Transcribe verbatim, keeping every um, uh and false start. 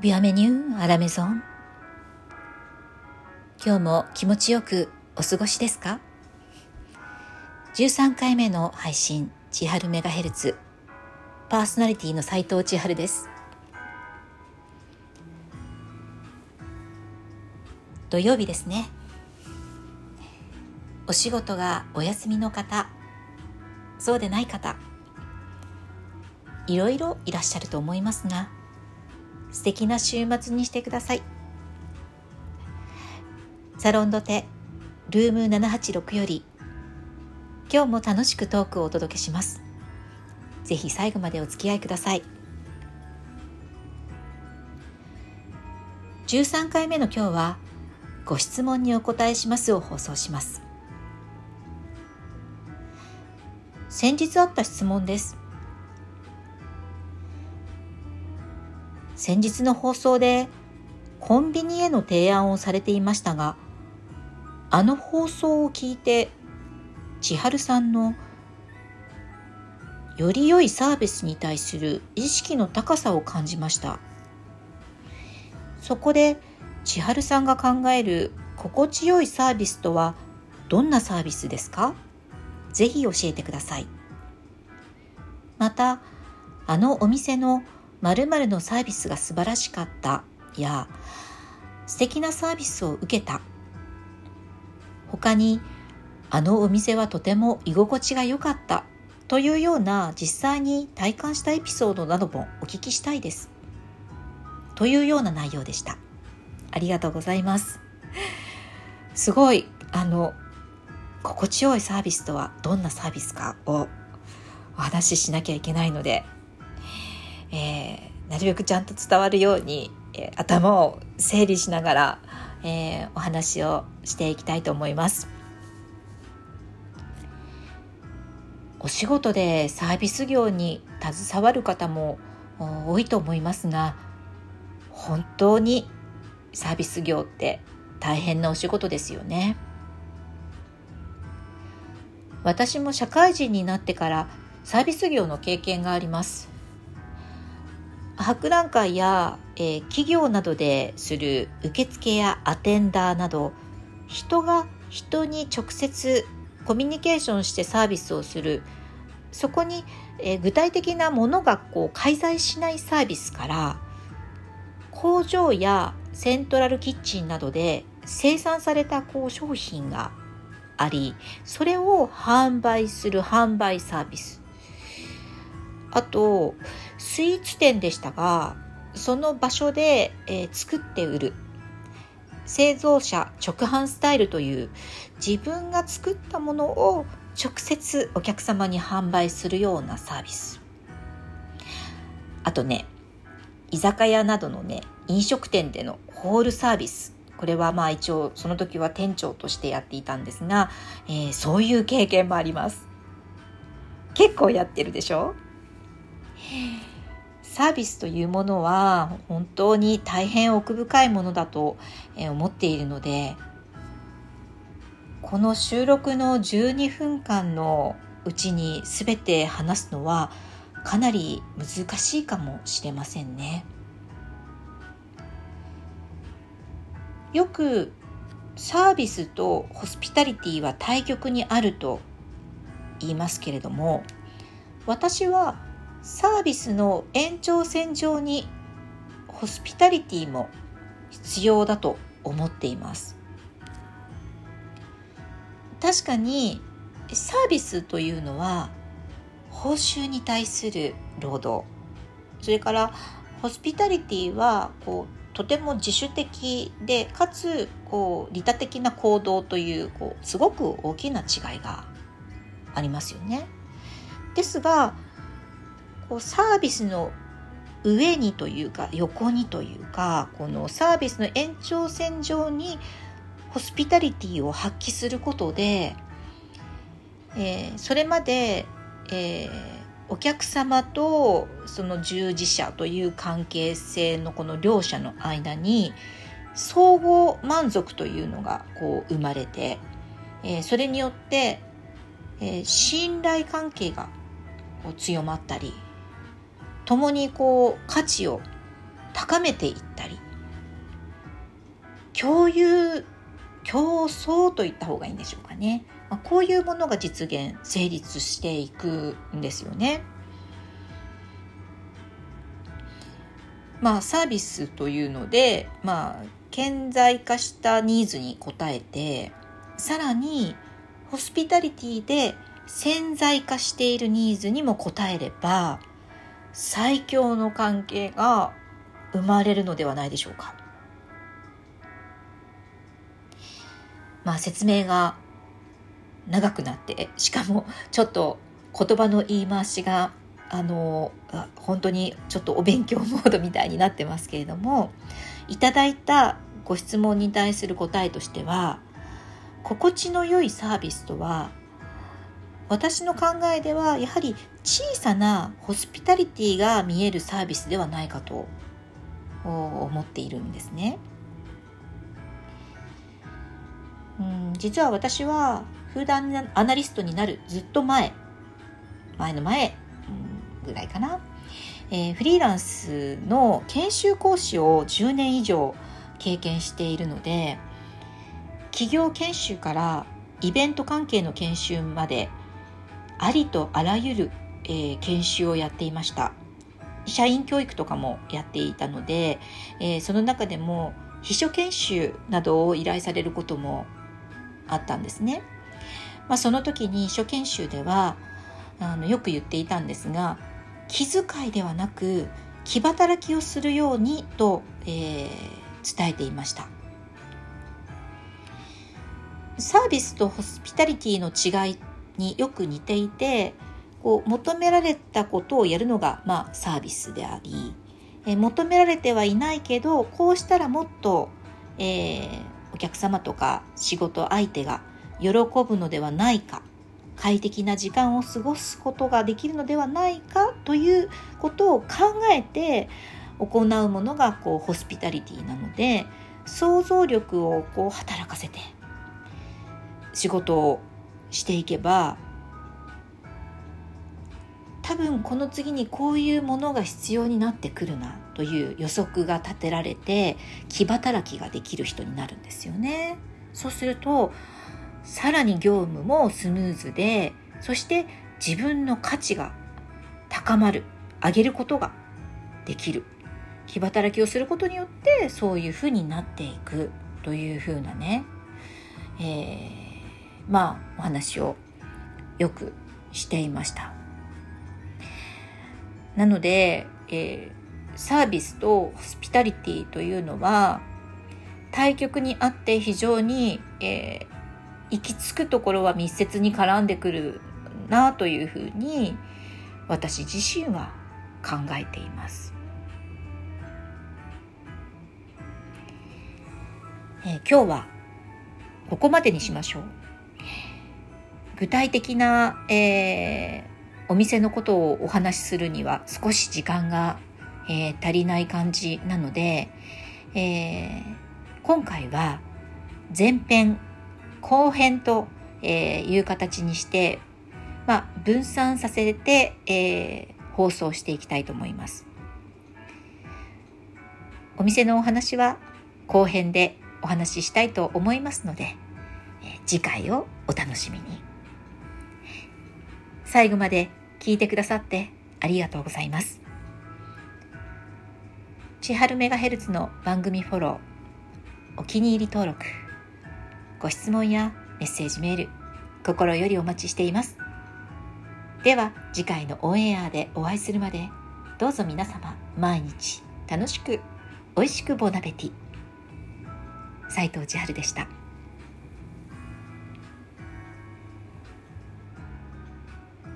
ビュアメニューアラメゾン。今日も気持ちよくお過ごしですか？じゅうさんかいめの配信、千春メガヘルツ、パーソナリティの斉藤千春です。土曜日ですね。お仕事がお休みの方、そうでない方、いろいろいらっしゃると思いますが、素敵な週末にしてください。サロンドテルームななはちろくより今日も楽しくトークをお届けします。ぜひ最後までお付き合いください。じゅうさんかいめの今日はご質問にお答えしますを放送します。先日あった質問です。先日の放送でコンビニへの提案をされていましたが、あの放送を聞いて千春さんのより良いサービスに対する意識の高さを感じました。そこで千春さんが考える心地よいサービスとはどんなサービスですか？ぜひ教えてください。また、あのお店の〇〇のサービスが素晴らしかったや素敵なサービスを受けた、他にあのお店はとても居心地が良かったというような実際に体感したエピソードなどもお聞きしたいですというような内容でした。ありがとうございます。すごいあの心地よいサービスとはどんなサービスかをお話ししなきゃいけないので、えー、なるべくちゃんと伝わるように、えー、頭を整理しながら、えー、お話をしていきたいと思います。お仕事でサービス業に携わる方も多いと思いますが、本当にサービス業って大変なお仕事ですよね。私も社会人になってからサービス業の経験があります。博覧会や、えー、企業などでする受付やアテンダーなど、人が人に直接コミュニケーションしてサービスをする、そこに、えー、具体的なものがこう介在しないサービスから、工場やセントラルキッチンなどで生産されたこう商品があり、それを販売する販売サービス、あとスイーツ店でしたが、その場所で、えー、作って売る製造者直販スタイルという、自分が作ったものを直接お客様に販売するようなサービス、あとね、居酒屋などのね、飲食店でのホールサービス、これはまあ一応その時は店長としてやっていたんですが、えー、そういう経験もあります。結構やってるでしょ。サービスというものは本当に大変奥深いものだと思っているので、この収録のじゅうにふんかんのうちに全て話すのはかなり難しいかもしれませんね。よくサービスとホスピタリティは対極にあると言いますけれども、私はサービスの延長線上にホスピタリティも必要だと思っています。確かにサービスというのは報酬に対する労働、それからホスピタリティはこうとても自主的で、かつこう利他的な行動という、こうすごく大きな違いがありますよね。ですが、こうサービスの上にというか横にというか、このサービスの延長線上にホスピタリティを発揮することで、えー、それまで、えー、お客様とその従事者という関係性のこの両者の間に相互満足というのがこう生まれて、えー、それによって、えー、信頼関係がこう強まったり、共にこう価値を高めていったり、共有競争といった方がいいんでしょうかね、まあ、こういうものが実現成立していくんですよね。まあサービスというので、まあ顕在化したニーズに応えて、さらにホスピタリティで潜在化しているニーズにも応えれば、最強の関係が生まれるのではないでしょうか。まあ説明が長くなって、しかもちょっと言葉の言い回しがあの本当にちょっとお勉強モードみたいになってますけれども、いただいたご質問に対する答えとしては、心地の良いサービスとは、私の考えではやはり小さなホスピタリティが見えるサービスではないかと思っているんですね。うん、実は私はフードアナリストになるずっと前前の前、うん、ぐらいかな、えー、フリーランスの研修講師をじゅうねん以上経験しているので、企業研修からイベント関係の研修までありとあらゆる、えー、研修をやっていました。社員教育とかもやっていたので、えー、その中でも秘書研修などを依頼されることもあったんですね。まあ、その時に秘書研修ではあのよく言っていたんですが、気遣いではなく気働きをするようにと、えー、伝えていました。サービスとホスピタリティの違いによく似ていて、こう求められたことをやるのが、まあ、サービスであり、えー、求められてはいないけど、こうしたらもっと、えー、お客様とか仕事相手が喜ぶのではないか、快適な時間を過ごすことができるのではないかということを考えて行うものがこうホスピタリティなので、想像力をこう働かせて仕事をしていけば、多分この次にこういうものが必要になってくるなという予測が立てられて、気働きができる人になるんですよね。そうするとさらに業務もスムーズで、そして自分の価値が高まる、上げることができる。気働きをすることによってそういうふうになっていくというふうなね、えー、まあお話をよくしていました。なので、えー、サービスとホスピタリティというのは対極にあって非常に、えー、行き着くところは密接に絡んでくるなというふうに私自身は考えています。えー、今日はここまでにしましょう。具体的な、えーお店のことをお話しするには少し時間が、えー、足りない感じなので、えー、今回は前編後編と、えー、いう形にして、まあ、分散させて、えー、放送していきたいと思います。お店のお話は後編でお話ししたいと思いますので、えー、次回をお楽しみに。最後まで聞いてくださってありがとうございます。千春メガヘルツの番組フォロー、お気に入り登録、ご質問やメッセージメール、心よりお待ちしています。では次回のオンエアでお会いするまで、どうぞ皆様毎日楽しくおいしくボナペティ。斉藤千春でした。